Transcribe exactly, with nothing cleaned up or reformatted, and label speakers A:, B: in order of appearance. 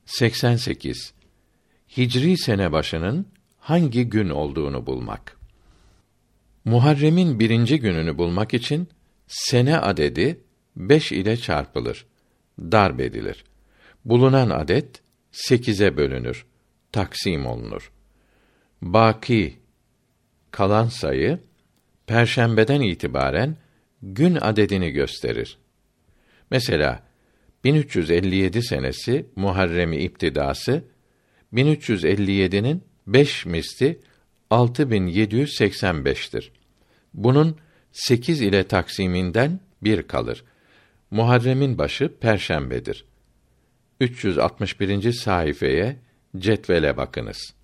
A: seksen sekiz. Hicri sene başının hangi gün olduğunu bulmak. Muharrem'in birinci gününü bulmak için sene adedi beş ile çarpılır, darb edilir. Bulunan adet sekize bölünür, taksim olunur. Baki, kalan sayı, perşembeden itibaren gün adedini gösterir. Mesela bin üç yüz elli yedi senesi Muharrem-i İptidası, bin üç yüz elli yedi'nin beş misli altı bin yedi yüz seksen beş'tir. Bunun sekiz ile taksiminden bir kalır. Muharrem'in başı perşembedir. üç yüz altmış birinci sayfaya cetvele bakınız.